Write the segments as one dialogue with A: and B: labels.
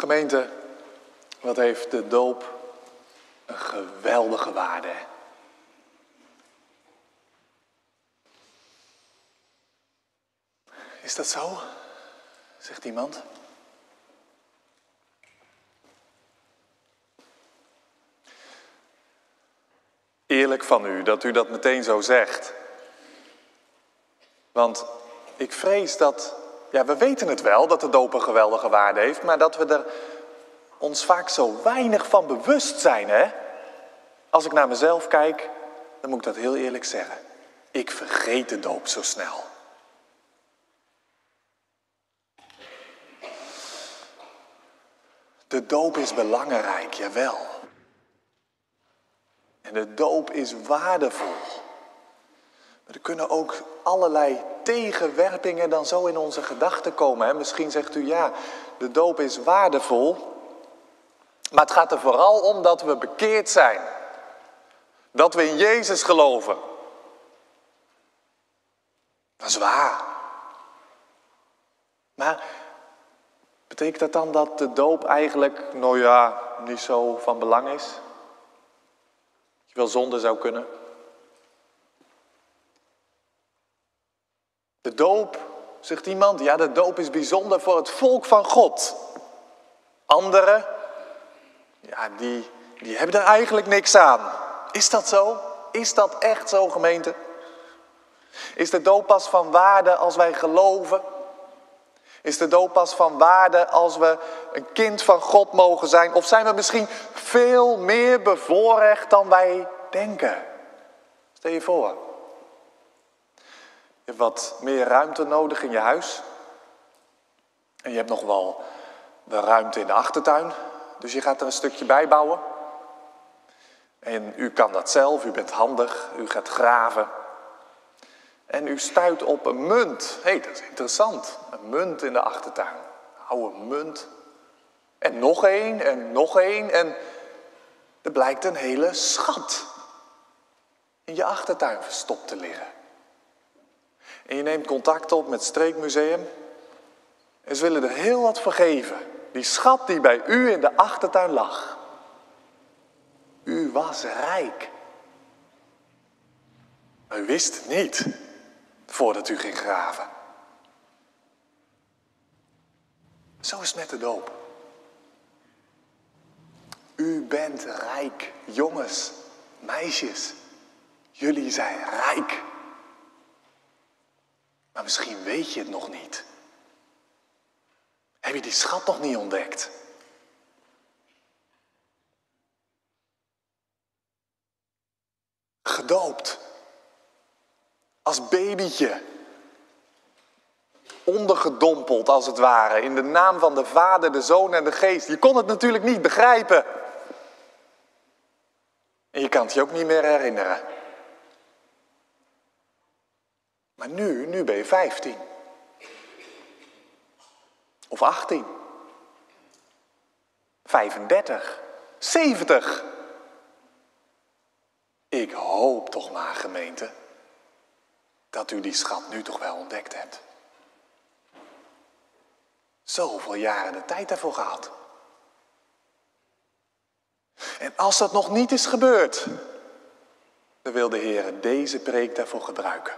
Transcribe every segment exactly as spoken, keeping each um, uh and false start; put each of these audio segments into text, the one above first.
A: Gemeente, wat heeft de doop een geweldige waarde, hè? Is dat zo? Zegt iemand. Eerlijk van u dat u dat meteen zo zegt. Want ik vrees dat, ja, we weten het wel dat de doop een geweldige waarde heeft, maar dat we er ons vaak zo weinig van bewust zijn, hè? Als ik naar mezelf kijk, dan moet ik dat heel eerlijk zeggen. Ik vergeet de doop zo snel. De doop is belangrijk, jawel. En de doop is waardevol. Maar er kunnen ook allerlei tegenwerpingen dan zo in onze gedachten komen. Hè? Misschien zegt u, ja, de doop is waardevol. Maar het gaat er vooral om dat we bekeerd zijn. Dat we in Jezus geloven. Dat is waar. Maar betekent dat dan dat de doop eigenlijk, nou ja, niet zo van belang is? Dat je wel zonde zou kunnen? De doop, zegt iemand, ja, de doop is bijzonder voor het volk van God. Anderen, ja, die, die hebben er eigenlijk niks aan. Is dat zo? Is dat echt zo, gemeente? Is de doop pas van waarde als wij geloven? Is de doop pas van waarde als we een kind van God mogen zijn? Of zijn we misschien veel meer bevoorrecht dan wij denken? Stel je voor. Je hebt wat meer ruimte nodig in je huis. En je hebt nog wel de ruimte in de achtertuin. Dus je gaat er een stukje bij bouwen. En u kan dat zelf, u bent handig, u gaat graven. En u stuit op een munt. Hé, hey, dat is interessant. Een munt in de achtertuin. Oude munt. En nog één, en nog één. En er blijkt een hele schat in je achtertuin verstopt te liggen. En je neemt contact op met het streekmuseum. En ze willen er heel wat voor geven. Die schat die bij u in de achtertuin lag. U was rijk. Maar u wist het niet. Voordat u ging graven. Zo is het met de doop. U bent rijk. Jongens, meisjes. Jullie zijn rijk. Maar misschien weet je het nog niet. Heb je die schat nog niet ontdekt? Gedoopt. Als babytje. Ondergedompeld als het ware. In de naam van de Vader, de Zoon en de Geest. Je kon het natuurlijk niet begrijpen. En je kan het je ook niet meer herinneren. Maar nu, nu ben je vijftien. Of achttien. vijfendertig. zeventig. Ik hoop toch maar, gemeente, dat u die schat nu toch wel ontdekt hebt. Zoveel jaren de tijd daarvoor gehad. En als dat nog niet is gebeurd, dan wil de Heer deze preek daarvoor gebruiken.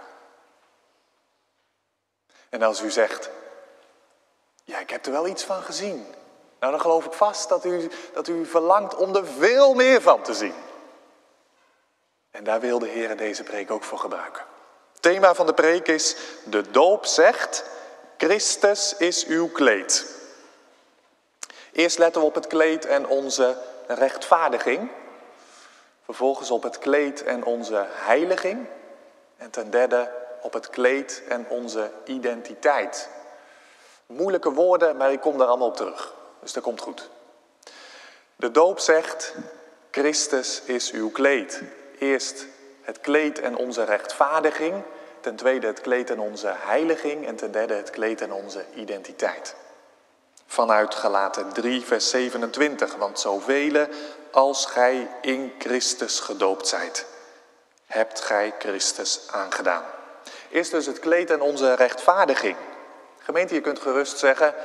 A: En als u zegt, ja, ik heb er wel iets van gezien. Nou, dan geloof ik vast dat u, dat u verlangt om er veel meer van te zien. En daar wil de Heer deze preek ook voor gebruiken. Het thema van de preek is, de doop zegt, Christus is uw kleed. Eerst letten we op het kleed en onze rechtvaardiging. Vervolgens op het kleed en onze heiliging. En ten derde op het kleed en onze identiteit. Moeilijke woorden, maar ik kom daar allemaal op terug. Dus dat komt goed. De doop zegt, Christus is uw kleed. Eerst het kleed en onze rechtvaardiging. Ten tweede het kleed en onze heiliging. En ten derde het kleed en onze identiteit. Vanuit Galaten drie vers zevenentwintig. Want zoveel als gij in Christus gedoopt zijt, hebt gij Christus aangedaan. Eerst dus het kleed en onze rechtvaardiging. Gemeente, je kunt gerust zeggen,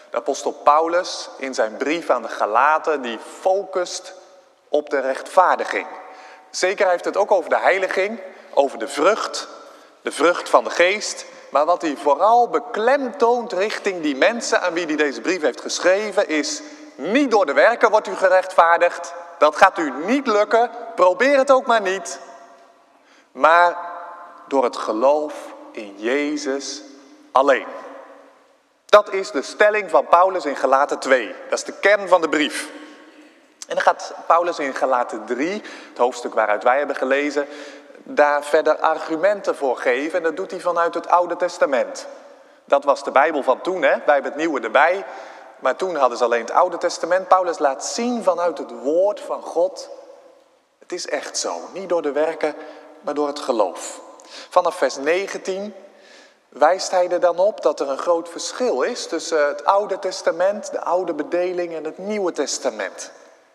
A: De apostel Paulus in zijn brief aan de Galaten, die focust op de rechtvaardiging. Zeker, hij heeft het ook over de heiliging, over de vrucht, de vrucht van de geest. Maar wat hij vooral beklemtoont richting die mensen aan wie hij deze brief heeft geschreven is: niet door de werken wordt u gerechtvaardigd. Dat gaat u niet lukken. Probeer het ook maar niet. Maar door het geloof in Jezus alleen. Dat is de stelling van Paulus in Galaten twee. Dat is de kern van de brief. En dan gaat Paulus in Galaten drie, het hoofdstuk waaruit wij hebben gelezen, daar verder argumenten voor geven. En dat doet hij vanuit het Oude Testament. Dat was de Bijbel van toen, hè? Wij hebben het Nieuwe erbij. Maar toen hadden ze alleen het Oude Testament. Paulus laat zien vanuit het woord van God: het is echt zo. Niet door de werken, maar door het geloof. Vanaf vers negentien wijst hij er dan op dat er een groot verschil is tussen het Oude Testament, de oude bedeling, en het Nieuwe Testament.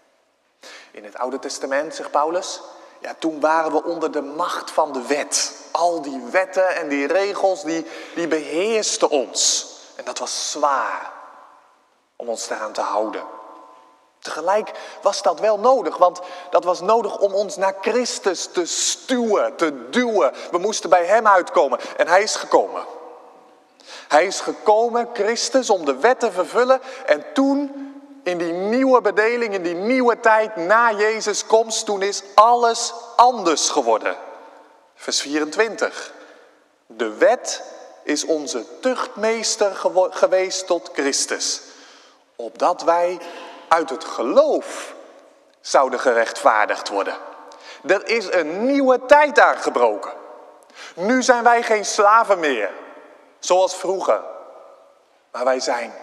A: In het Oude Testament, zegt Paulus, ja, toen waren we onder de macht van de wet. Al die wetten en die regels, die, die beheersten ons. En dat was zwaar om ons daaraan te houden. Tegelijk was dat wel nodig, want dat was nodig om ons naar Christus te stuwen, te duwen. We moesten bij hem uitkomen en hij is gekomen. Hij is gekomen, Christus, om de wet te vervullen. En toen, in die nieuwe bedeling, in die nieuwe tijd na Jezus' komst, toen is alles anders geworden. Vers vierentwintig. De wet is onze tuchtmeester gewo- geweest tot Christus. Opdat wij uit het geloof zouden gerechtvaardigd worden. Er is een nieuwe tijd aangebroken. Nu zijn wij geen slaven meer, zoals vroeger. Maar wij zijn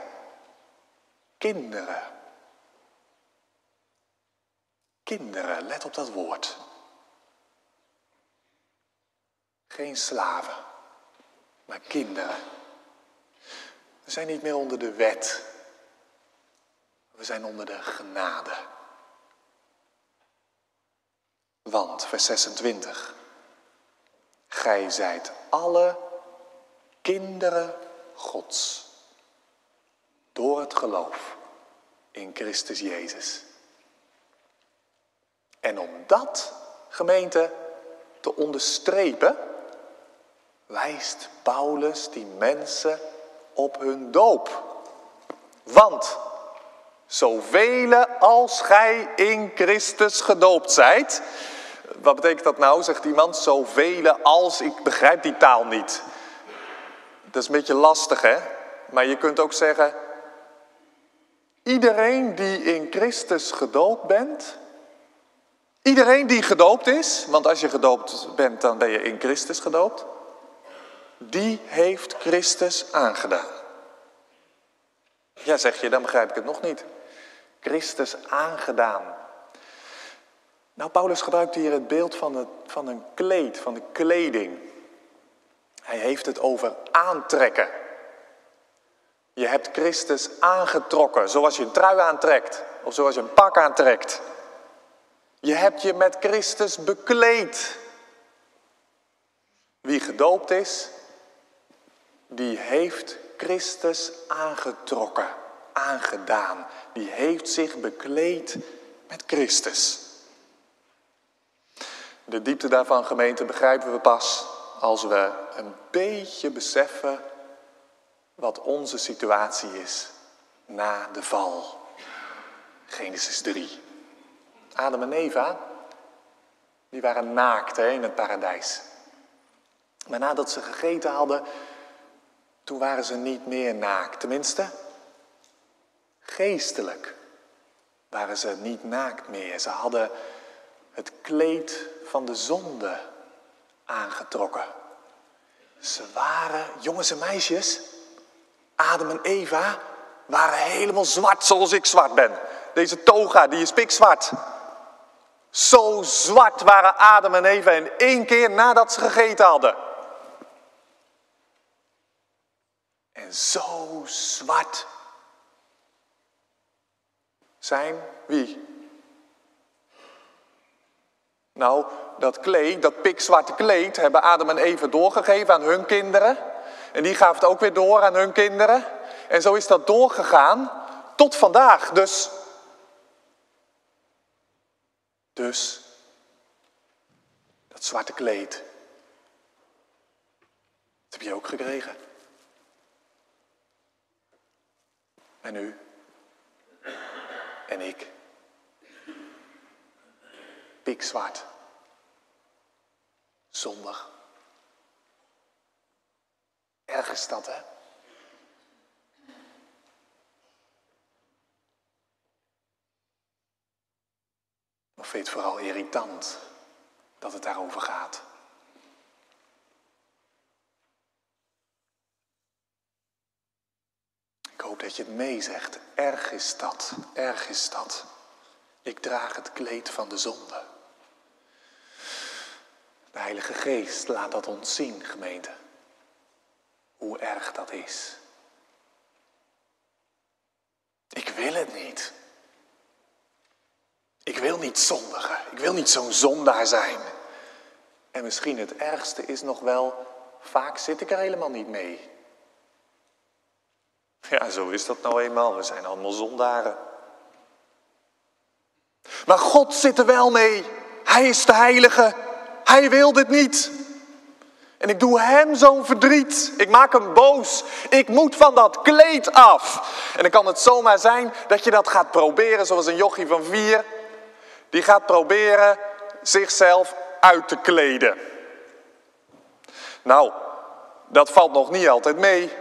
A: kinderen. Kinderen, let op dat woord. Geen slaven, maar kinderen. We zijn niet meer onder de wet. We zijn onder de genade. Want, vers zesentwintig. Gij zijt alle kinderen Gods. Door het geloof in Christus Jezus. En om dat, gemeente, te onderstrepen, wijst Paulus die mensen op hun doop. Want zoveel als gij in Christus gedoopt zijt. Wat betekent dat nou, zegt iemand? Zoveel als, ik begrijp die taal niet. Dat is een beetje lastig, hè? Maar je kunt ook zeggen, iedereen die in Christus gedoopt bent, iedereen die gedoopt is, want als je gedoopt bent, dan ben je in Christus gedoopt, die heeft Christus aangedaan. Ja, zeg je, dan begrijp ik het nog niet. Christus aangedaan. Nou, Paulus gebruikt hier het beeld van, het, van een kleed, van de kleding. Hij heeft het over aantrekken. Je hebt Christus aangetrokken, zoals je een trui aantrekt, of zoals je een pak aantrekt. Je hebt je met Christus bekleed. Wie gedoopt is, die heeft Christus aangetrokken, aangedaan. Die heeft zich bekleed met Christus. De diepte daarvan, gemeente, begrijpen we pas als we een beetje beseffen wat onze situatie is na de val. Genesis drie. Adam en Eva, die waren naakt hè, in het paradijs. Maar nadat ze gegeten hadden, toen waren ze niet meer naakt. Tenminste, geestelijk waren ze niet naakt meer. Ze hadden het kleed van de zonde aangetrokken. Ze waren, jongens en meisjes, Adam en Eva waren helemaal zwart zoals ik zwart ben. Deze toga, die is pikzwart. Zo zwart waren Adam en Eva in één keer nadat ze gegeten hadden. En zo zwart zijn wie? Nou, dat kleed, dat pikzwarte kleed, hebben Adam en Eva doorgegeven aan hun kinderen. En die gaven het ook weer door aan hun kinderen. En zo is dat doorgegaan tot vandaag. Dus, dus, dat zwarte kleed, dat heb je ook gekregen. En u. En ik. Pikzwart. Zondig. Erg is dat, hè? Of vind je het vooral irritant dat het daarover gaat? Ik hoop dat je het meezegt. Erg is dat, erg is dat. Ik draag het kleed van de zonde. De Heilige Geest laat dat ons zien, gemeente. Hoe erg dat is. Ik wil het niet. Ik wil niet zondigen. Ik wil niet zo'n zondaar zijn. En misschien het ergste is nog wel, vaak zit ik er helemaal niet mee. Ja, zo is dat nou eenmaal. We zijn allemaal zondaren. Maar God zit er wel mee. Hij is de heilige. Hij wil dit niet. En ik doe hem zo'n verdriet. Ik maak hem boos. Ik moet van dat kleed af. En dan kan het zomaar zijn dat je dat gaat proberen. Zoals een jochie van vier. Die gaat proberen zichzelf uit te kleden. Nou, dat valt nog niet altijd mee.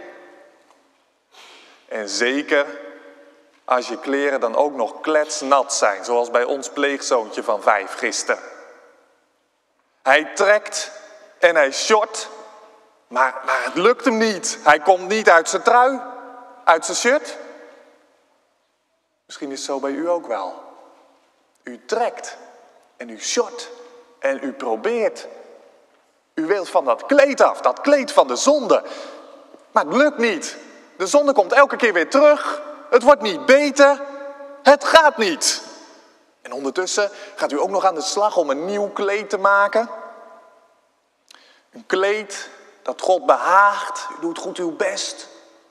A: En zeker als je kleren dan ook nog kletsnat zijn. Zoals bij ons pleegzoontje van vijf gisteren. Hij trekt en hij short. Maar, maar het lukt hem niet. Hij komt niet uit zijn trui. Uit zijn shirt. Misschien is het zo bij u ook wel. U trekt en u short en u probeert. U wilt van dat kleed af, dat kleed van de zonde. Maar het lukt niet. De zonde komt elke keer weer terug. Het wordt niet beter. Het gaat niet. En ondertussen gaat u ook nog aan de slag om een nieuw kleed te maken. Een kleed dat God behaagt. U doet goed uw best.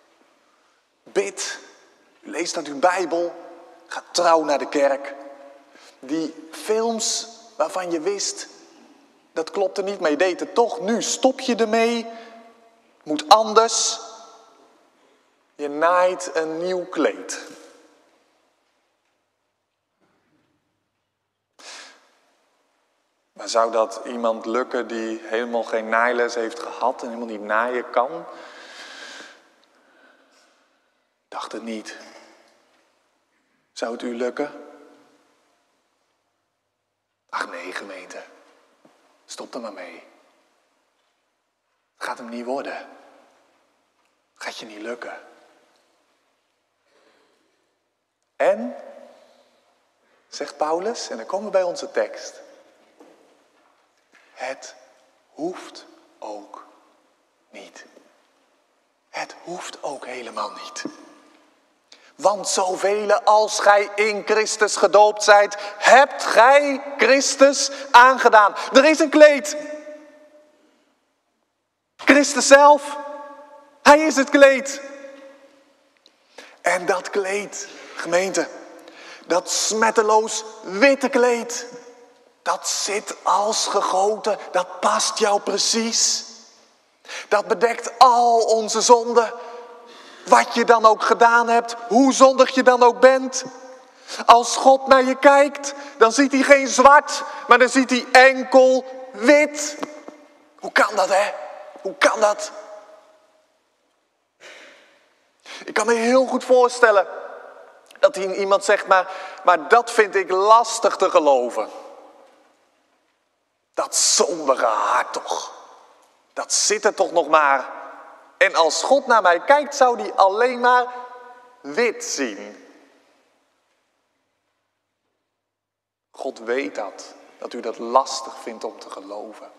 A: Bid. U leest uit uw Bijbel. Gaat trouw naar de kerk. Die films waarvan je wist, dat klopte niet, maar je deed het toch. Nu stop je ermee. Het moet anders. Je naait een nieuw kleed. Maar zou dat iemand lukken die helemaal geen naailes heeft gehad en helemaal niet naaien kan? Dacht het niet. Zou het u lukken? Ach nee, gemeente. Stop er maar mee. Het gaat hem niet worden. Het gaat je niet lukken. En, zegt Paulus, en dan komen we bij onze tekst. Het hoeft ook niet. Het hoeft ook helemaal niet. Want zoveel als gij in Christus gedoopt zijt, hebt gij Christus aangedaan. Er is een kleed. Christus zelf, hij is het kleed. En dat kleed, gemeente, dat smetteloos witte kleed, dat zit als gegoten, dat past jou precies. Dat bedekt al onze zonden. Wat je dan ook gedaan hebt, hoe zondig je dan ook bent. Als God naar je kijkt, dan ziet hij geen zwart, maar dan ziet hij enkel wit. Hoe kan dat, hè? Hoe kan dat? Ik kan me heel goed voorstellen dat iemand zegt, maar, maar dat vind ik lastig te geloven. Dat zondige hart toch. Dat zit er toch nog maar. En als God naar mij kijkt, zou hij alleen maar wit zien. God weet dat. Dat u dat lastig vindt om te geloven.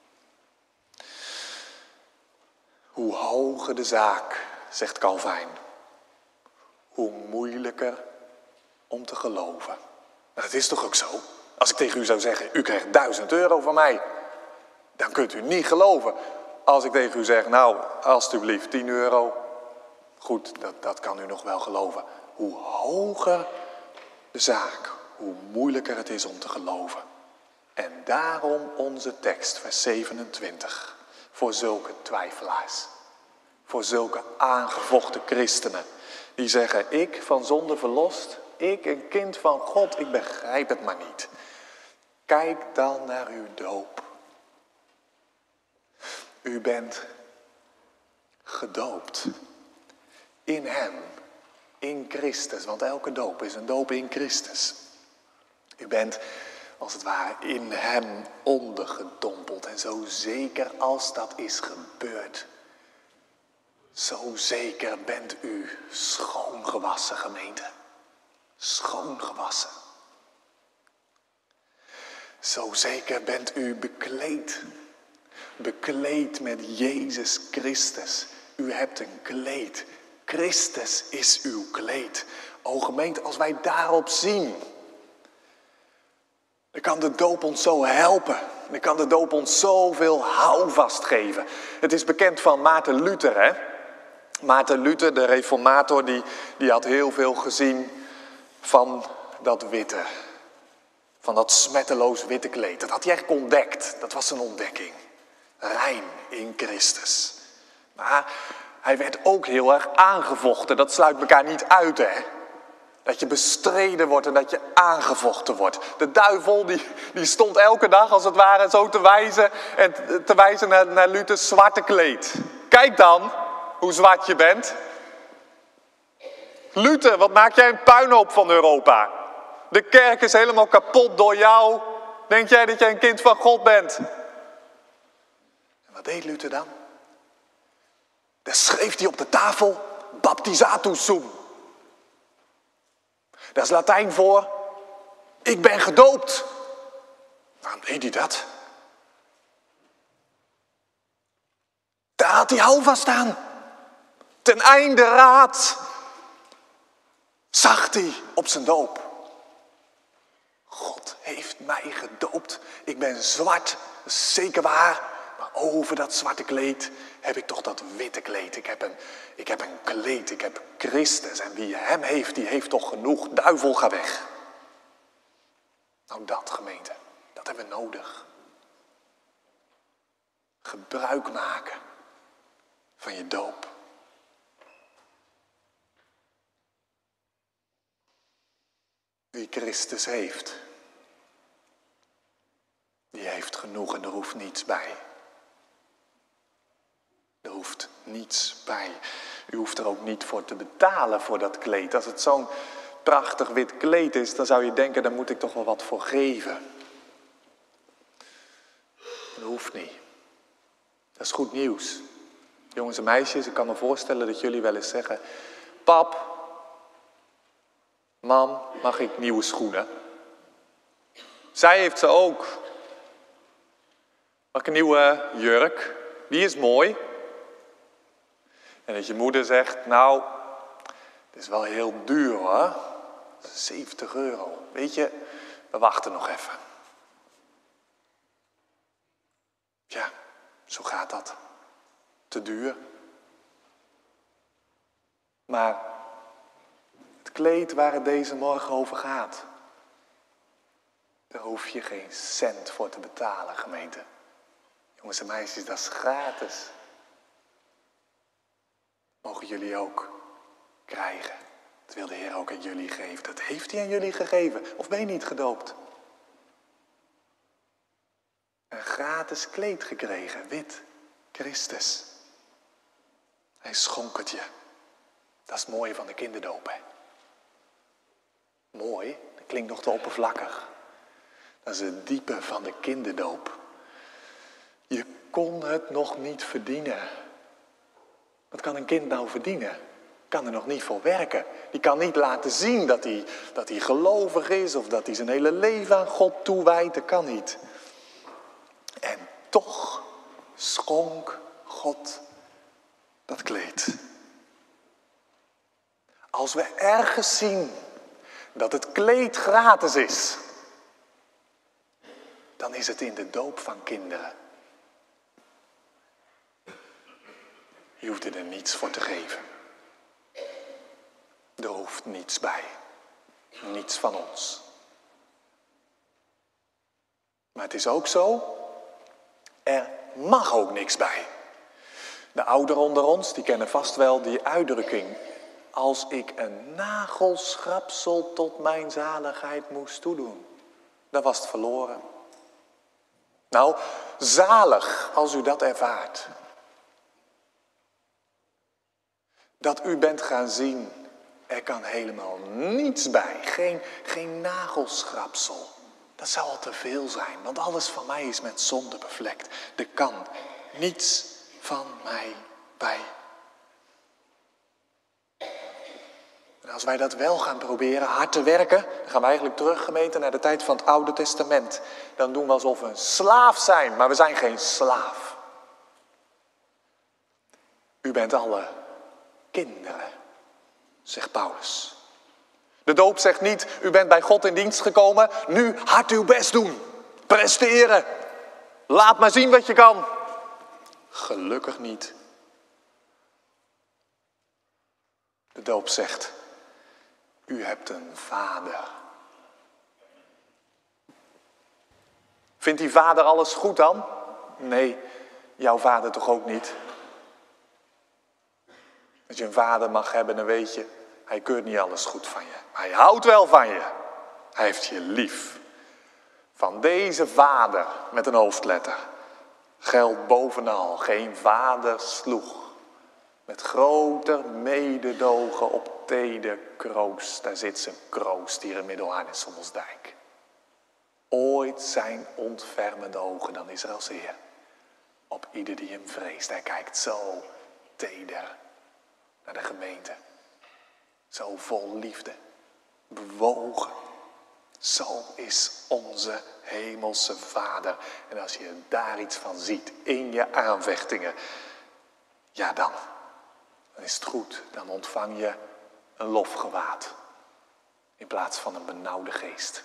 A: Hoe hoger de zaak, zegt Calvijn, hoe moeilijker om te geloven. Maar dat is toch ook zo? Als ik tegen u zou zeggen, u krijgt duizend euro van mij, dan kunt u niet geloven. Als ik tegen u zeg, nou, alstublieft, tien euro. Goed, dat, dat kan u nog wel geloven. Hoe hoger de zaak, hoe moeilijker het is om te geloven. En daarom onze tekst, vers zevenentwintig. Voor zulke twijfelaars. Voor zulke aangevochten christenen. Die zeggen, ik van zonde verlost, ik een kind van God, ik begrijp het maar niet. Kijk dan naar uw doop. U bent gedoopt. In hem. In Christus. Want elke doop is een doop in Christus. U bent als het ware in hem ondergedompeld. En zo zeker als dat is gebeurd. Zo zeker bent u schoongewassen, gemeente. Schoongewassen. Zo zeker bent u bekleed. Bekleed met Jezus Christus. U hebt een kleed. Christus is uw kleed. O gemeente, als wij daarop zien, dan kan de doop ons zo helpen. Dan kan de doop ons zoveel houvast geven. Het is bekend van Maarten Luther, hè? Maarten Luther, de reformator, die, die had heel veel gezien van dat witte. Van dat smetteloos witte kleed. Dat had hij echt ontdekt. Dat was een ontdekking. Rein in Christus. Maar hij werd ook heel erg aangevochten. Dat sluit elkaar niet uit, hè. Dat je bestreden wordt en dat je aangevochten wordt. De duivel die, die stond elke dag als het ware zo te wijzen. En te wijzen naar, naar Luthers zwarte kleed. Kijk dan hoe zwart je bent. Luther, wat maak jij een puinhoop van Europa? De kerk is helemaal kapot door jou. Denk jij dat jij een kind van God bent? En wat deed Luther dan? Daar schreef hij op de tafel, baptisatus sum. Dat is Latijn voor, ik ben gedoopt. Waarom deed hij dat? Daar had hij houvast aan. Ten einde raad zag hij op zijn doop. God heeft mij gedoopt. Ik ben zwart, dat is zeker waar. Maar over dat zwarte kleed heb ik toch dat witte kleed. Ik heb een, ik heb een kleed, ik heb Christus. En wie hem heeft, die heeft toch genoeg. Duivel, ga weg. Nou dat, gemeente, dat hebben we nodig. Gebruik maken van je doop. Wie Christus heeft, die heeft genoeg en er hoeft niets bij. Er hoeft niets bij. U hoeft er ook niet voor te betalen voor dat kleed. Als het zo'n prachtig wit kleed is, dan zou je denken, daar moet ik toch wel wat voor geven. Dat hoeft niet. Dat is goed nieuws. Jongens en meisjes, ik kan me voorstellen dat jullie wel eens zeggen, pap, mam, mag ik nieuwe schoenen? Zij heeft ze ook. Mag ik een nieuwe jurk? Die is mooi. En dat je moeder zegt, nou, het is wel heel duur hoor. zeventig euro. Weet je, we wachten nog even. Ja, zo gaat dat. Te duur. Maar het kleed waar het deze morgen over gaat, daar hoef je geen cent voor te betalen, gemeente. Jongens en meisjes, dat is gratis. Mogen jullie ook krijgen. Dat wil de Heer ook aan jullie geven. Dat heeft hij aan jullie gegeven. Of ben je niet gedoopt? Een gratis kleed gekregen. Wit. Christus. Hij schonk het je. Dat is het mooie van de kinderdoop. Hè? Mooi. Dat klinkt nog te oppervlakkig. Dat is het diepe van de kinderdoop. Je kon het nog niet verdienen. Wat kan een kind nou verdienen? Kan er nog niet voor werken. Die kan niet laten zien dat hij, dat hij gelovig is of dat hij zijn hele leven aan God toewijdt. Dat kan niet. En toch schonk God dat kleed. Als we ergens zien dat het kleed gratis is, dan is het in de doop van kinderen. Je hoeft er niets voor te geven. Er hoeft niets bij. Niets van ons. Maar het is ook zo, er mag ook niks bij. De ouderen onder ons, die kennen vast wel die uitdrukking. Als ik een nagelschrapsel tot mijn zaligheid moest toedoen, dan was het verloren. Nou, zalig als u dat ervaart. Dat u bent gaan zien, er kan helemaal niets bij. Geen, geen nagelschrapsel. Dat zou al te veel zijn, want alles van mij is met zonde bevlekt. Er kan niets van mij bij. En als wij dat wel gaan proberen, hard te werken, dan gaan we eigenlijk terug, gemeente, naar de tijd van het Oude Testament. Dan doen we alsof we een slaaf zijn, maar we zijn geen slaaf. U bent alle kinderen, zegt Paulus. De doop zegt niet, u bent bij God in dienst gekomen, nu hard uw best doen. Presteren. Laat maar zien wat je kan. Gelukkig niet. De doop zegt, u hebt een vader. Vindt die vader alles goed dan? Nee, jouw vader toch ook niet. Als je een vader mag hebben, dan weet je, hij keurt niet alles goed van je. Maar hij houdt wel van je. Hij heeft je lief. Van deze vader met een hoofdletter geldt bovenal, geen vader sloeg. Met groter mededogen op teder kroost. Daar zit zijn kroost hier in Middelharnis in Sommelsdijk. Ooit zijn ontfermende ogen, dan Israëls Heer. Op ieder die hem vreest. Hij kijkt zo teder naar de gemeente. Zo vol liefde. Bewogen. Zo is onze hemelse Vader. En als je daar iets van ziet in je aanvechtingen. Ja dan. Dan is het goed. Dan ontvang je een lofgewaad. In plaats van een benauwde geest.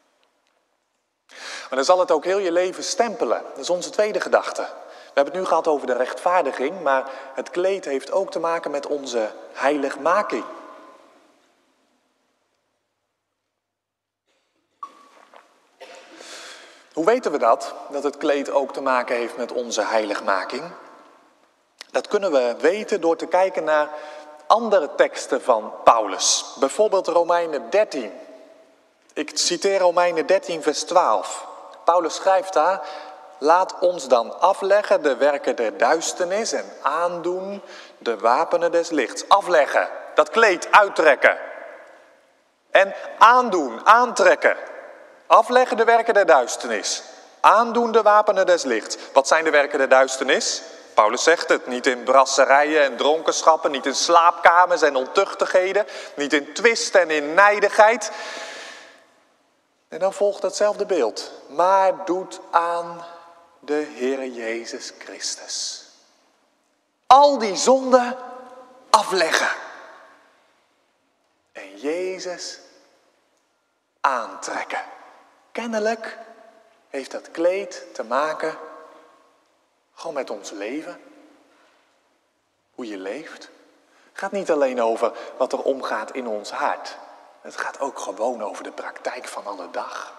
A: Maar dan zal het ook heel je leven stempelen. Dat is onze tweede gedachte. We hebben het nu gehad over de rechtvaardiging. Maar het kleed heeft ook te maken met onze heiligmaking. Hoe weten we dat? Dat het kleed ook te maken heeft met onze heiligmaking? Dat kunnen we weten door te kijken naar andere teksten van Paulus. Bijvoorbeeld Romeinen dertien. Ik citeer Romeinen dertien vers twaalf. Paulus schrijft daar: laat ons dan afleggen de werken der duisternis en aandoen de wapenen des lichts. Afleggen, dat kleed uittrekken. En aandoen, aantrekken. Afleggen de werken der duisternis. Aandoen de wapenen des lichts. Wat zijn de werken der duisternis? Paulus zegt het, niet in brasserijen en dronkenschappen, niet in slaapkamers en ontuchtigheden, niet in twist en in nijdigheid. En dan volgt hetzelfde beeld. Maar doet aan de Heere Jezus Christus. Al die zonden afleggen. En Jezus aantrekken. Kennelijk heeft dat kleed te maken gewoon met ons leven. Hoe je leeft. Het gaat niet alleen over wat er omgaat in ons hart. Het gaat ook gewoon over de praktijk van alle dag.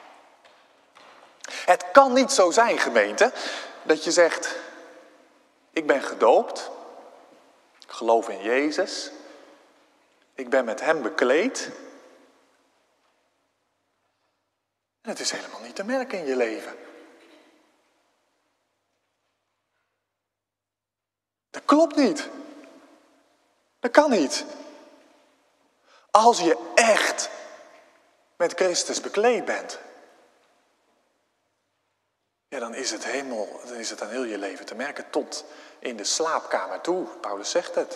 A: Het kan niet zo zijn, gemeente, dat je zegt: ik ben gedoopt. Ik geloof in Jezus. Ik ben met hem bekleed. En het is helemaal niet te merken in je leven. Dat klopt niet. Dat kan niet. Als je echt met Christus bekleed bent, ja, dan is het hemel, dan is het aan heel je leven te merken, tot in de slaapkamer toe. Paulus zegt het.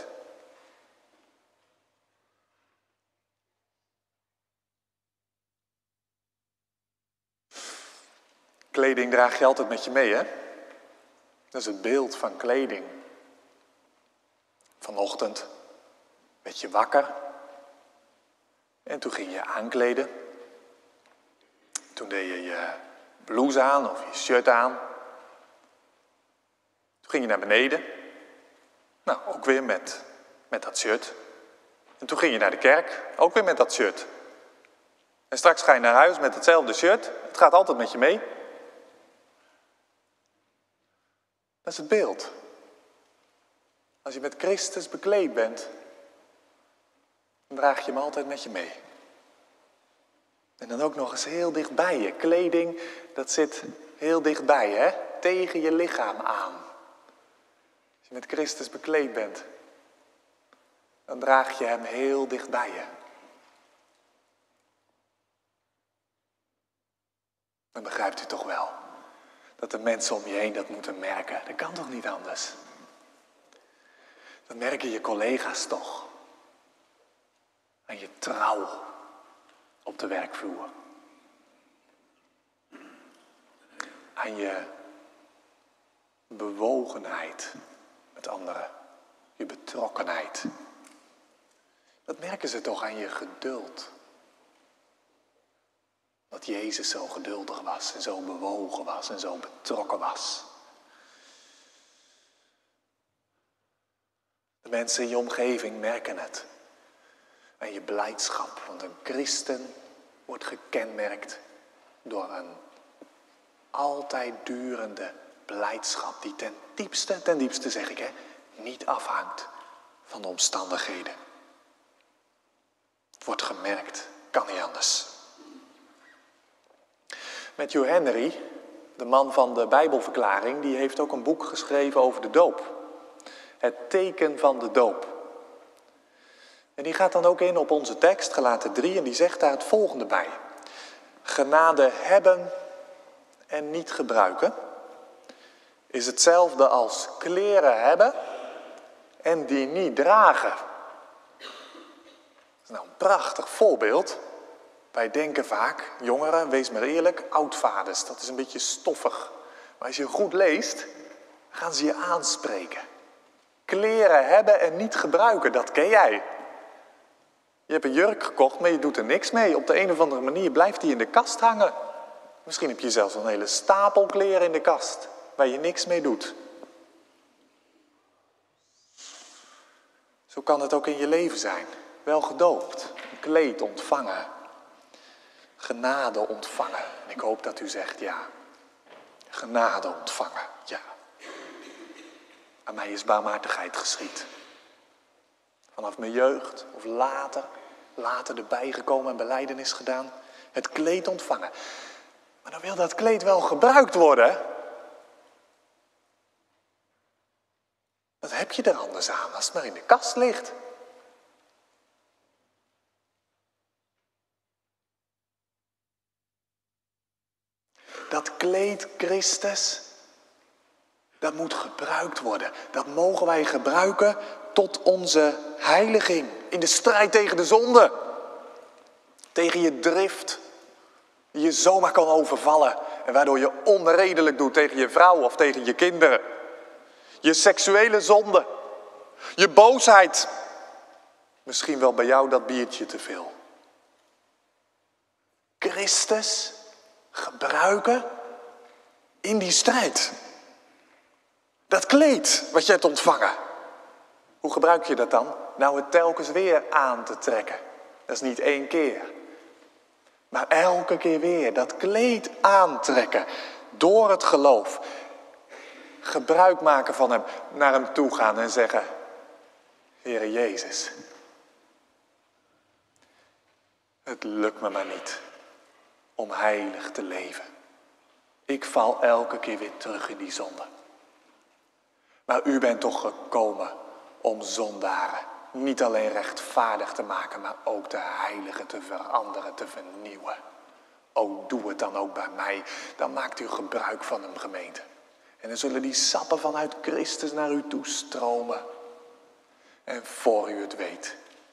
A: Kleding draag je altijd met je mee, hè? Dat is het beeld van kleding. Vanochtend werd je wakker. En toen ging je aankleden. Toen deed je je blouse aan of je shirt aan. Toen ging je naar beneden. Nou, ook weer met, met dat shirt. En toen ging je naar de kerk, ook weer met dat shirt. En straks ga je naar huis met hetzelfde shirt. Het gaat altijd met je mee. Dat is het beeld. Als je met Christus bekleed bent, dan draag je hem altijd met je mee. En dan ook nog eens heel dichtbij je. Kleding, dat zit heel dichtbij, hè? Tegen je lichaam aan. Als je met Christus bekleed bent, dan draag je hem heel dichtbij je. Dan begrijpt u toch wel dat de mensen om je heen dat moeten merken. Dat kan toch niet anders? Dan merken je collega's toch. En je trouw op de werkvloer. Aan je bewogenheid met anderen. Je betrokkenheid. Dat merken ze toch aan je geduld. Dat Jezus zo geduldig was en zo bewogen was en zo betrokken was. De mensen in je omgeving merken het. En je blijdschap, want een christen wordt gekenmerkt door een altijd durende blijdschap die ten diepste, ten diepste zeg ik hè, niet afhangt van de omstandigheden. Het wordt gemerkt, kan niet anders. Matthew Henry, de man van de Bijbelverklaring, die heeft ook een boek geschreven over de doop. Het teken van de doop. En die gaat dan ook in op onze tekst, Galaten drie, en die zegt daar het volgende bij. Genade hebben en niet gebruiken is hetzelfde als kleren hebben en die niet dragen. Dat is nou een prachtig voorbeeld. Wij denken vaak, jongeren, wees maar eerlijk, oudvaders, dat is een beetje stoffig. Maar als je goed leest, gaan ze je aanspreken. Kleren hebben en niet gebruiken, dat ken jij. Je hebt een jurk gekocht, maar je doet er niks mee. Op de een of andere manier blijft die in de kast hangen. Misschien heb je zelfs een hele stapel kleren in de kast, waar je niks mee doet. Zo kan het ook in je leven zijn. Wel gedoopt, een kleed ontvangen, genade ontvangen. En ik hoop dat u zegt ja. Genade ontvangen, ja. Aan mij is barmhartigheid geschied. Vanaf mijn jeugd of later, later erbij gekomen en belijdenis gedaan. Het kleed ontvangen. Maar dan wil dat kleed wel gebruikt worden. Wat heb je er anders aan als het maar in de kast ligt? Dat kleed Christus, dat moet gebruikt worden. Dat mogen wij gebruiken tot onze heiliging. In de strijd tegen de zonde. Tegen je drift. Die je zomaar kan overvallen. En waardoor je onredelijk doet tegen je vrouw of tegen je kinderen. Je seksuele zonde. Je boosheid. Misschien wel bij jou dat biertje te veel. Christus gebruiken in die strijd. Dat kleed wat je hebt ontvangen. Hoe gebruik je dat dan? Nou, het telkens weer aan te trekken. Dat is niet één keer. Maar elke keer weer dat kleed aantrekken. Door het geloof. Gebruik maken van hem. Naar hem toe gaan en zeggen. Heere Jezus. Het lukt me maar niet. Om heilig te leven. Ik val elke keer weer terug in die zonde. Maar u bent toch gekomen om zondaren niet alleen rechtvaardig te maken, maar ook te heiligen, te veranderen, te vernieuwen. O, doe het dan ook bij mij. Dan maakt u gebruik van hem, gemeente. En dan zullen die sappen vanuit Christus naar u toe stromen. En voor u het weet.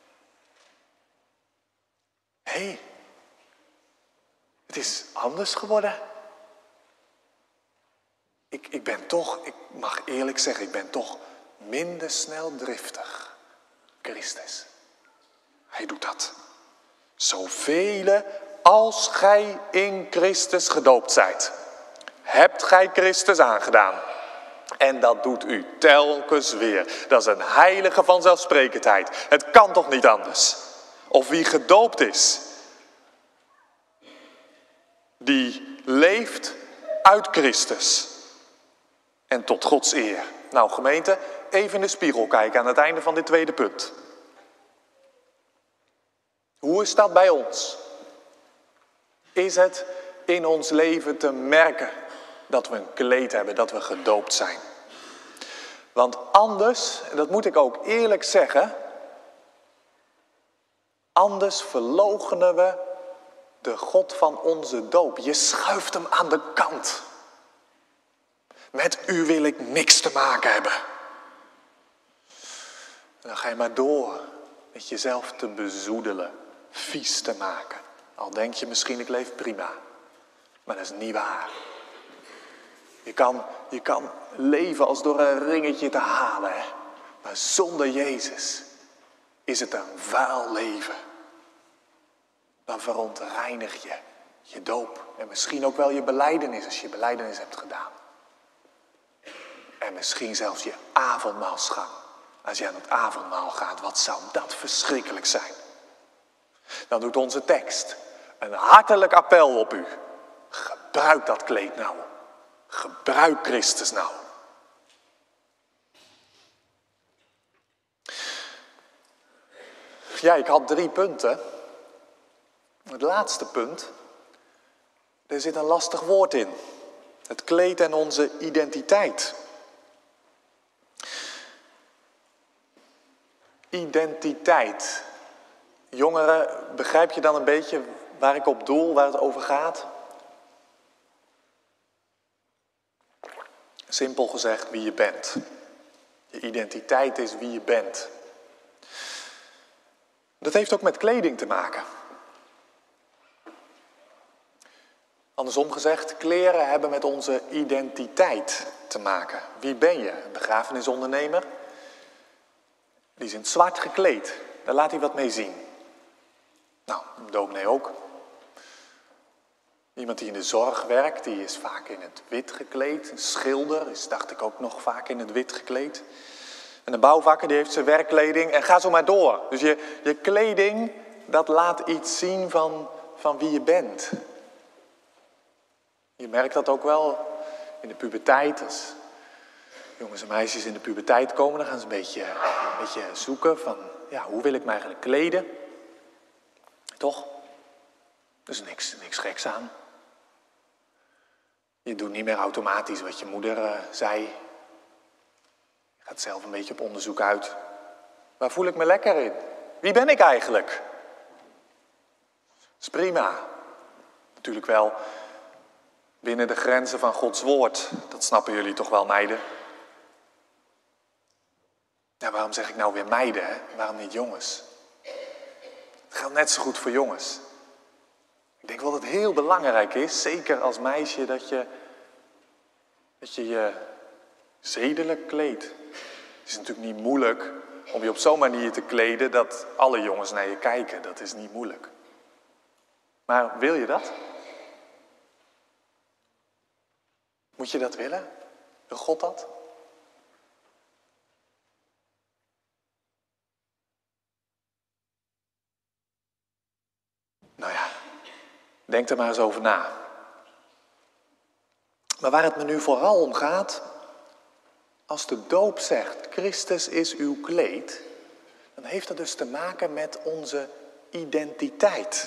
A: Hé, hey, het is anders geworden. Ik, ik ben toch, ik mag eerlijk zeggen, ik ben toch minder snel driftig. Christus. Hij doet dat. Zoveel als gij in Christus gedoopt zijt, hebt gij Christus aangedaan. En dat doet u telkens weer. Dat is een heilige vanzelfsprekendheid. Het kan toch niet anders? Of wie gedoopt is, die leeft uit Christus en tot Gods eer. Nou gemeente, even in de spiegel kijken aan het einde van dit tweede punt. Hoe is dat bij ons? Is het in ons leven te merken dat we een kleed hebben, dat we gedoopt zijn? Want anders, en dat moet ik ook eerlijk zeggen, anders verloochenen we de God van onze doop. Je schuift hem aan de kant. Met u wil ik niks te maken hebben. En dan ga je maar door met jezelf te bezoedelen, vies te maken. Al denk je misschien ik leef prima, maar dat is niet waar. Je kan, je kan leven als door een ringetje te halen, hè? Maar zonder Jezus is het een vuil leven. Dan verontreinig je je doop en misschien ook wel je belijdenis als je belijdenis hebt gedaan. En misschien zelfs je avondmaalsgang. Als je aan het avondmaal gaat, wat zou dat verschrikkelijk zijn? Dan doet onze tekst een hartelijk appel op u. Gebruik dat kleed nou. Gebruik Christus nou. Ja, ik had drie punten. Het laatste punt, er zit een lastig woord in. Het kleed en onze identiteit. Identiteit. Jongeren, begrijp je dan een beetje waar ik op doel, waar het over gaat? Simpel gezegd, wie je bent. Je identiteit is wie je bent. Dat heeft ook met kleding te maken. Andersom gezegd, kleren hebben met onze identiteit te maken. Wie ben je? Een begrafenisondernemer? Die is in het zwart gekleed. Daar laat hij wat mee zien. Nou, een dominee ook. Iemand die in de zorg werkt, die is vaak in het wit gekleed. Een schilder is, dacht ik, ook nog vaak in het wit gekleed. En een bouwvakker, die heeft zijn werkkleding en ga zo maar door. Dus je, je kleding, dat laat iets zien van, van wie je bent. Je merkt dat ook wel in de puberteit. Als jongens en meisjes in de puberteit komen, dan gaan ze een beetje, een beetje zoeken van, ja, hoe wil ik me eigenlijk kleden? Toch? Er is niks, niks geks aan. Je doet niet meer automatisch wat je moeder uh, zei. Je gaat zelf een beetje op onderzoek uit. Waar voel ik me lekker in? Wie ben ik eigenlijk? Dat is prima. Natuurlijk wel binnen de grenzen van Gods woord. Dat snappen jullie toch wel, meiden? Ja, waarom zeg ik nou weer meiden, hè? Waarom niet jongens? Het geldt net zo goed voor jongens. Ik denk wel dat het heel belangrijk is, zeker als meisje, dat je dat je, je zedelijk kleedt. Het is natuurlijk niet moeilijk om je op zo'n manier te kleden dat alle jongens naar je kijken. Dat is niet moeilijk. Maar wil je dat? Moet je dat willen? Wil God dat? Nou ja, denk er maar eens over na. Maar waar het me nu vooral om gaat, als de doop zegt, Christus is uw kleed, dan heeft dat dus te maken met onze identiteit.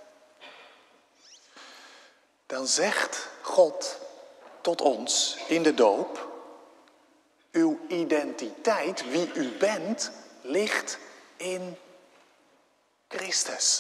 A: Dan zegt God tot ons in de doop, uw identiteit, wie u bent, ligt in Christus.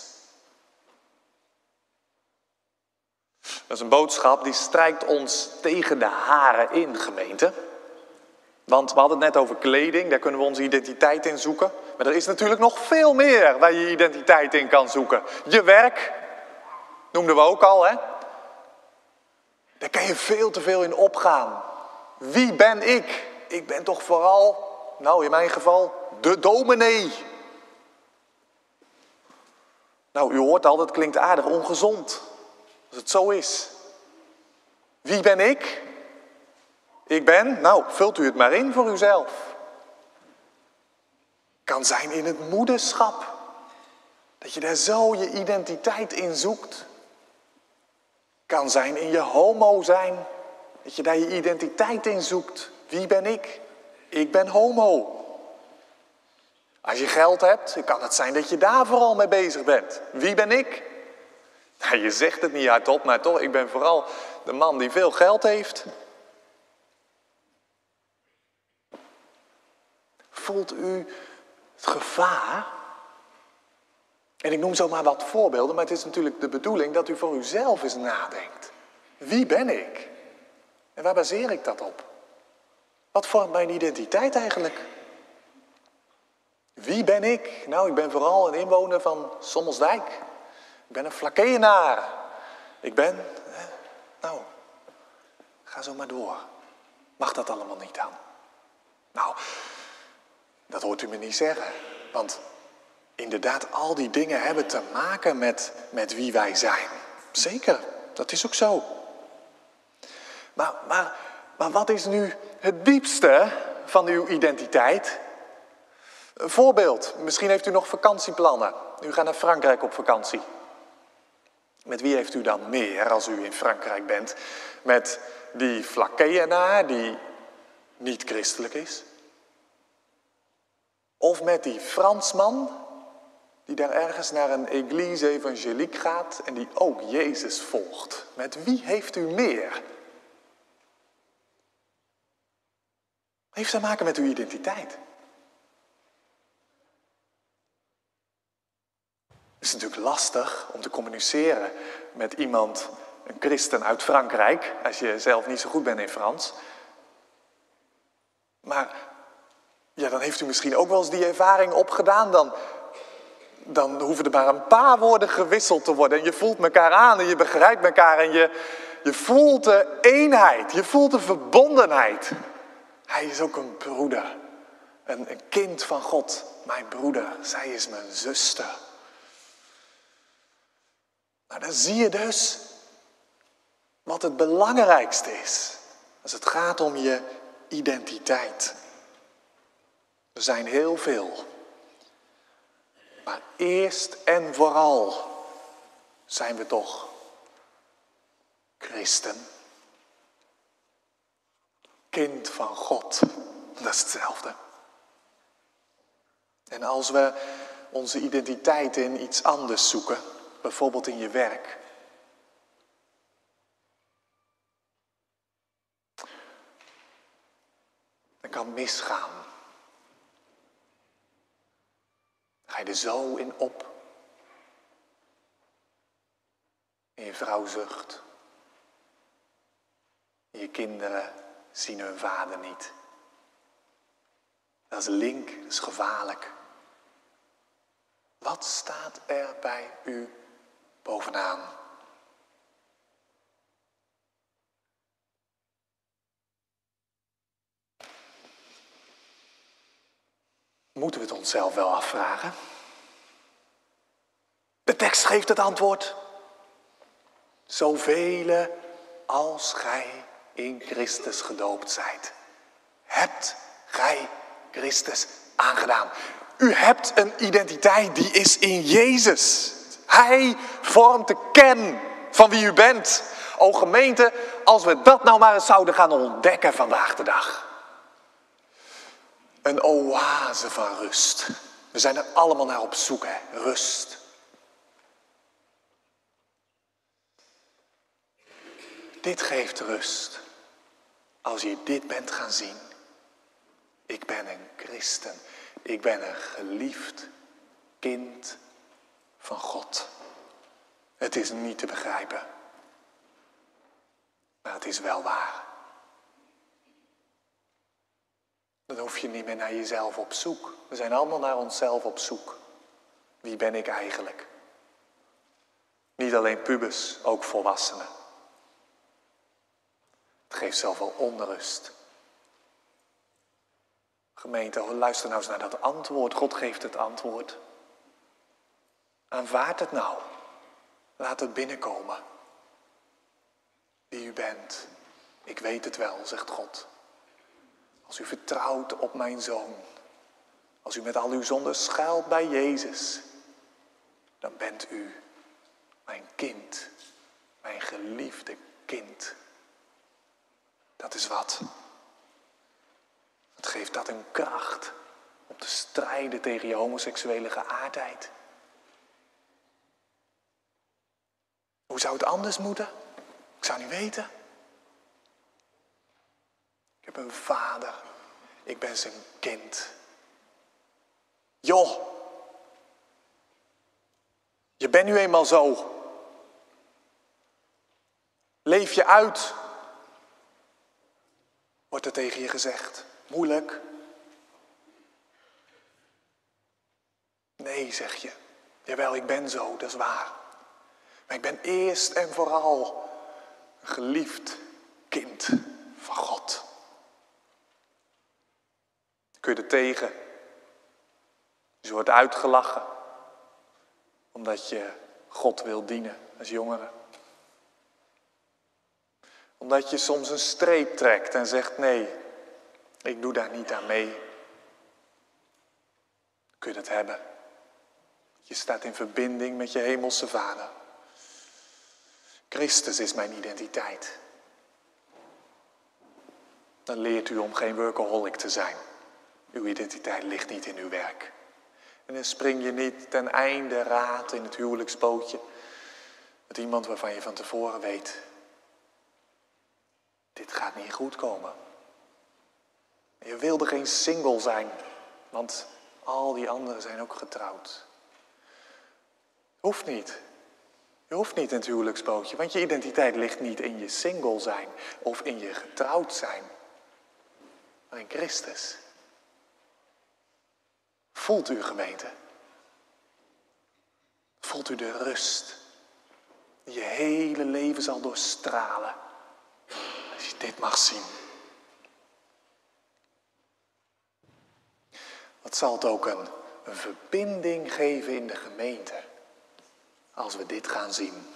A: Dat is een boodschap die strijkt ons tegen de haren in, gemeente. Want we hadden het net over kleding, daar kunnen we onze identiteit in zoeken. Maar er is natuurlijk nog veel meer waar je je identiteit in kan zoeken. Je werk, noemden we ook al, hè? Daar kan je veel te veel in opgaan. Wie ben ik? Ik ben toch vooral, nou in mijn geval, de dominee. Nou, u hoort al, dat klinkt aardig ongezond. Als het zo is. Wie ben ik? Ik ben, nou, vult u het maar in voor uzelf. Kan zijn in het moederschap. Dat je daar zo je identiteit in zoekt. Kan zijn in je homo zijn. Dat je daar je identiteit in zoekt. Wie ben ik? Ik ben homo. Als je geld hebt, kan het zijn dat je daar vooral mee bezig bent. Wie ben ik? Nou, je zegt het niet hardop, maar toch, ik ben vooral de man die veel geld heeft. Voelt u het gevaar? En ik noem zomaar wat voorbeelden, maar het is natuurlijk de bedoeling dat u voor uzelf eens nadenkt. Wie ben ik? En waar baseer ik dat op? Wat vormt mijn identiteit eigenlijk? Wie ben ik? Nou, ik ben vooral een inwoner van Sommelsdijk. Ik ben een Flakkeeënaar. Ik ben, hè, nou, ga zo maar door. Mag dat allemaal niet dan? Nou, dat hoort u me niet zeggen. Want inderdaad, al die dingen hebben te maken met, met wie wij zijn. Zeker, dat is ook zo. Maar, maar, maar wat is nu het diepste van uw identiteit? Een voorbeeld, misschien heeft u nog vakantieplannen. U gaat naar Frankrijk op vakantie. Met wie heeft u dan meer als u in Frankrijk bent? Met die Flakkeeënaar die niet christelijk is? Of met die Fransman die daar ergens naar een église évangélique gaat en die ook Jezus volgt? Met wie heeft u meer? Heeft te maken met uw identiteit. Het is natuurlijk lastig om te communiceren met iemand, een christen uit Frankrijk, als je zelf niet zo goed bent in Frans. Maar ja, dan heeft u misschien ook wel eens die ervaring opgedaan. Dan, dan hoeven er maar een paar woorden gewisseld te worden. En je voelt elkaar aan en je begrijpt elkaar en je, je voelt de eenheid. Je voelt de verbondenheid. Hij is ook een broeder. Een, een kind van God. Mijn broeder. Zij is mijn zuster. Maar dan zie je dus wat het belangrijkste is. Als het gaat om je identiteit. Er zijn heel veel. Maar eerst en vooral zijn we toch christen. Kind van God. Dat is hetzelfde. En als we onze identiteit in iets anders zoeken, bijvoorbeeld in je werk. Dan kan het misgaan. Ga je er zo in op. En je vrouw zucht. En je kinderen zien hun vader niet. Dat is link, dat is gevaarlijk. Wat staat er bij u bovenaan? Moeten we het onszelf wel afvragen? De tekst geeft het antwoord. Zoveel als gij in Christus gedoopt zijt, hebt gij Christus aangedaan. U hebt een identiteit die is in Jezus. Hij vormt de kern van wie u bent. O gemeente, als we dat nou maar eens zouden gaan ontdekken vandaag de dag. Een oase van rust. We zijn er allemaal naar op zoek, hè? Rust. Dit geeft rust. Als je dit bent gaan zien. Ik ben een christen. Ik ben een geliefd kind van God. Het is niet te begrijpen. Maar het is wel waar. Dan hoef je niet meer naar jezelf op zoek. We zijn allemaal naar onszelf op zoek. Wie ben ik eigenlijk? Niet alleen pubers, ook volwassenen. Het geeft zoveel onrust. Gemeente, luister nou eens naar dat antwoord. God geeft het antwoord. Aanvaard het nou. Laat het binnenkomen. Wie u bent. Ik weet het wel, zegt God. Als u vertrouwt op mijn Zoon, als u met al uw zonden schuilt bij Jezus, dan bent u mijn kind, mijn geliefde kind. Dat is wat. Het geeft dat een kracht om te strijden tegen je homoseksuele geaardheid. Hoe zou het anders moeten? Ik zou niet weten. Ik heb een vader. Ik ben zijn kind. Joh. Je bent nu eenmaal zo. Leef je uit. Wordt er tegen je gezegd. Moeilijk. Nee, zeg je. Jawel, ik ben zo, dat is waar. Maar ik ben eerst en vooral een geliefd kind van God. Kun je er tegen? Dus je wordt uitgelachen. Omdat je God wil dienen als jongere. Omdat je soms een streep trekt en zegt nee, ik doe daar niet aan mee. Kun je dat hebben? Je staat in verbinding met je hemelse Vader. Christus is mijn identiteit. Dan leert u om geen workaholic te zijn. Uw identiteit ligt niet in uw werk. En dan spring je niet ten einde raad in het huwelijksbootje met iemand waarvan je van tevoren weet, dit gaat niet goed komen. Je wilde geen single zijn, want al die anderen zijn ook getrouwd. Hoeft niet. Je hoeft niet in het huwelijksbootje, want je identiteit ligt niet in je single zijn of in je getrouwd zijn, maar in Christus. Voelt u, gemeente? Voelt u de rust die je hele leven zal doorstralen als je dit mag zien? Wat zal het ook een, een verbinding geven in de gemeente als we dit gaan zien?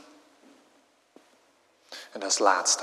A: En dat is het laatste.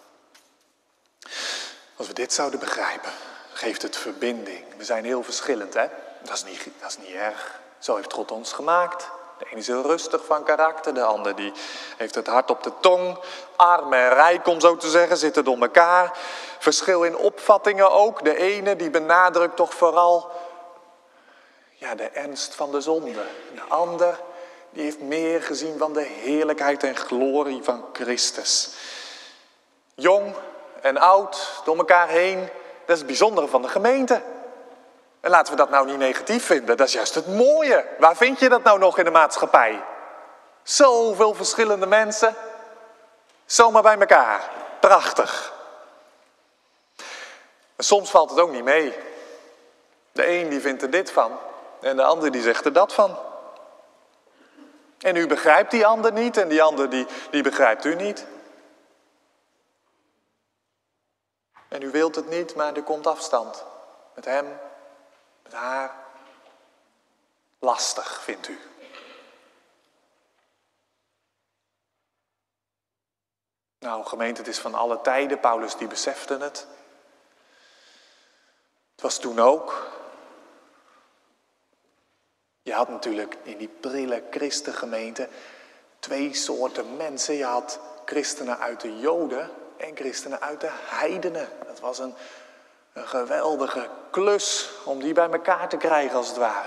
A: Als we dit zouden begrijpen, geeft het verbinding. We zijn heel verschillend, hè? Dat is niet, dat is niet erg. Zo heeft God ons gemaakt. De ene is heel rustig van karakter, de ander die heeft het hart op de tong. Arm en rijk, om zo te zeggen, zitten door elkaar. Verschil in opvattingen ook. De ene die benadrukt toch vooral ja, de ernst van de zonde. De ander die heeft meer gezien van de heerlijkheid en glorie van Christus. Jong en oud, door elkaar heen. Dat is het bijzondere van de gemeente. En laten we dat nou niet negatief vinden. Dat is juist het mooie. Waar vind je dat nou nog in de maatschappij? Zoveel verschillende mensen. Zomaar bij elkaar. Prachtig. En soms valt het ook niet mee. De een die vindt er dit van. En de ander die zegt er dat van. En u begrijpt die ander niet. En die ander die, die begrijpt u niet. En u wilt het niet, maar er komt afstand. Met hem, met haar. Lastig, vindt u. Nou, gemeente, het is van alle tijden. Paulus die besefte het. Het was toen ook. Je had natuurlijk in die prille christengemeente twee soorten mensen. Je had christenen uit de Joden en christenen uit de heidenen. Dat was een, een geweldige klus om die bij elkaar te krijgen als het ware.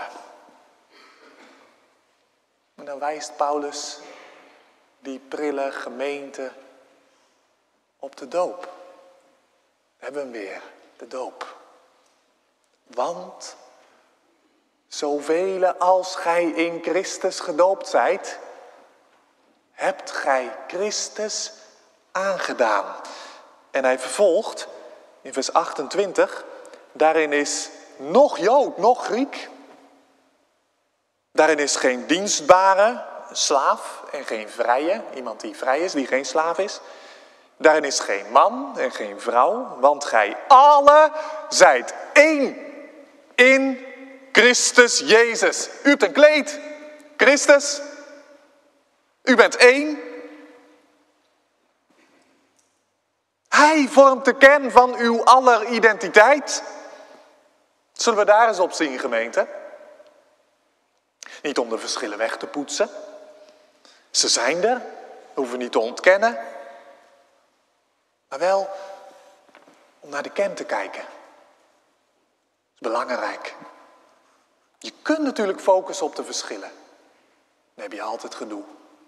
A: En dan wijst Paulus die prille gemeente op de doop. Daar hebben we hem weer, de doop. Want zoveel als gij in Christus gedoopt zijt, hebt gij Christus aangedaan. En hij vervolgt in vers achtentwintig, daarin is nog Jood, nog Griek. Daarin is geen dienstbare slaaf en geen vrije, iemand die vrij is, die geen slaaf is. Daarin is geen man en geen vrouw, want gij alle zijt één in Christus Jezus. U hebt een kleed, Christus. U bent één. Hij Hij vormt de kern van uw aller identiteit. Zullen we daar eens op zien, gemeente? Niet om de verschillen weg te poetsen. Ze zijn er, hoeven we niet te ontkennen. Maar wel om naar de kern te kijken. Dat is belangrijk. Je kunt natuurlijk focussen op de verschillen. Dan heb je altijd gedoe.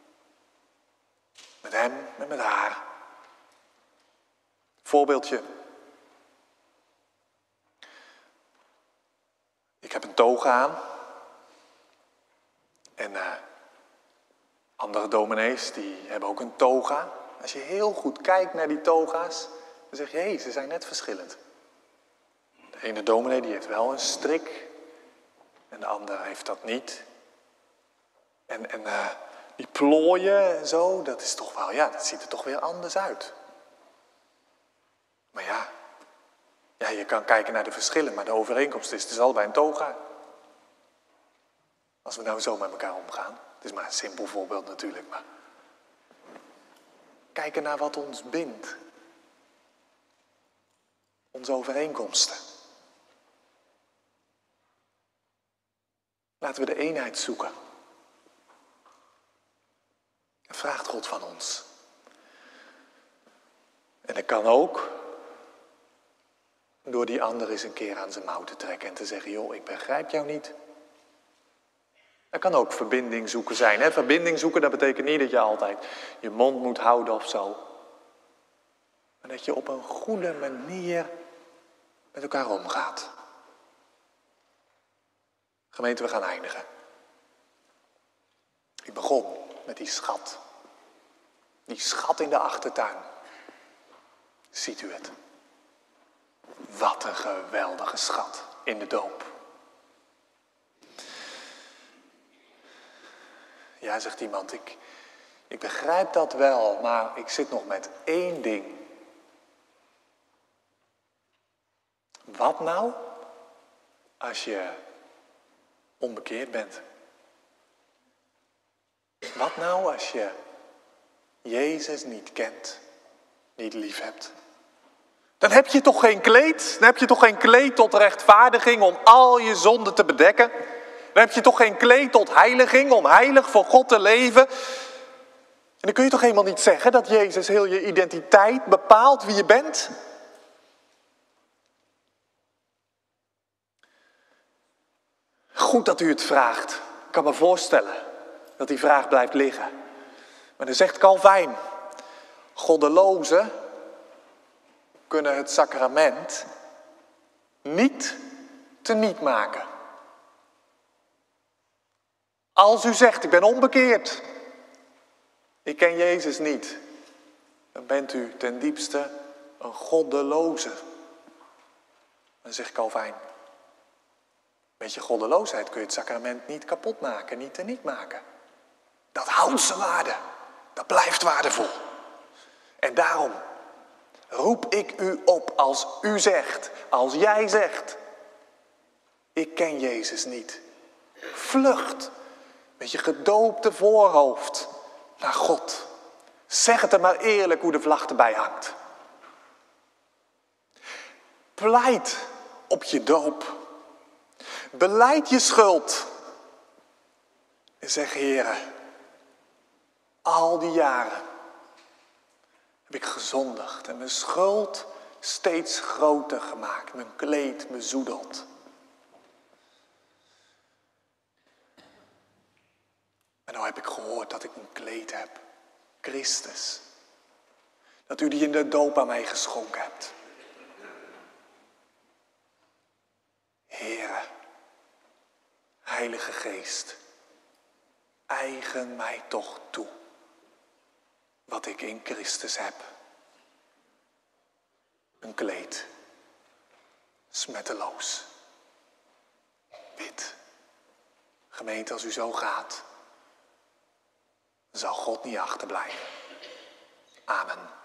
A: Met hem en met haar. Voorbeeldje. Ik heb een toga aan. En uh, andere dominees die hebben ook een toga. Als je heel goed kijkt naar die toga's, dan zeg je, hé, ze zijn net verschillend. De ene dominee die heeft wel een strik. En de ander heeft dat niet. En, en uh, die plooien en zo, dat is toch wel, ja, dat ziet er toch weer anders uit. Maar ja, ja, je kan kijken naar de verschillen, maar de overeenkomst is dus allebei een toga. Als we nou zo met elkaar omgaan. Het is maar een simpel voorbeeld natuurlijk, maar kijken naar wat ons bindt. Onze overeenkomsten. Laten we de eenheid zoeken. En vraagt God van ons. En dat kan ook door die ander eens een keer aan zijn mouw te trekken en te zeggen, joh, ik begrijp jou niet. Dat kan ook verbinding zoeken zijn. Hè? Verbinding zoeken, dat betekent niet dat je altijd je mond moet houden of zo. Maar dat je op een goede manier met elkaar omgaat. Gemeente, we gaan eindigen. Ik begon met die schat. Die schat in de achtertuin. Ziet u het? Wat een geweldige schat in de doop. Ja, zegt iemand, ik, ik begrijp dat wel, maar ik zit nog met één ding. Wat nou als je onbekeerd bent? Wat nou als je Jezus niet kent, niet lief hebt? Dan heb je toch geen kleed? Dan heb je toch geen kleed tot rechtvaardiging om al je zonden te bedekken? Dan heb je toch geen kleed tot heiliging om heilig voor God te leven? En dan kun je toch helemaal niet zeggen dat Jezus heel je identiteit bepaalt wie je bent? Goed dat u het vraagt. Ik kan me voorstellen dat die vraag blijft liggen. Maar dan zegt Calvijn, goddelozen kunnen het sacrament niet teniet maken. Als u zegt, ik ben onbekeerd, ik ken Jezus niet, dan bent u ten diepste een goddeloze. Dan zegt Calvijn, met je goddeloosheid kun je het sacrament niet kapot maken, niet teniet maken. Dat houdt zijn waarde, dat blijft waardevol. En daarom roep ik u op als u zegt, als jij zegt, ik ken Jezus niet. Vlucht met je gedoopte voorhoofd naar God. Zeg het hem maar eerlijk hoe de vlag erbij hangt. Pleit op je doop. Belijd je schuld. En zeg, Heere, al die jaren heb ik gezondigd en mijn schuld steeds groter gemaakt. Mijn kleed bezoedeld. En nou heb ik gehoord dat ik een kleed heb. Christus. Dat u die in de doop aan mij geschonken hebt. Heere, Heilige Geest, eigen mij toch toe wat ik in Christus heb. Een kleed, smetteloos, wit. Gemeente, als u zo gaat, dan zal God niet achterblijven. Amen.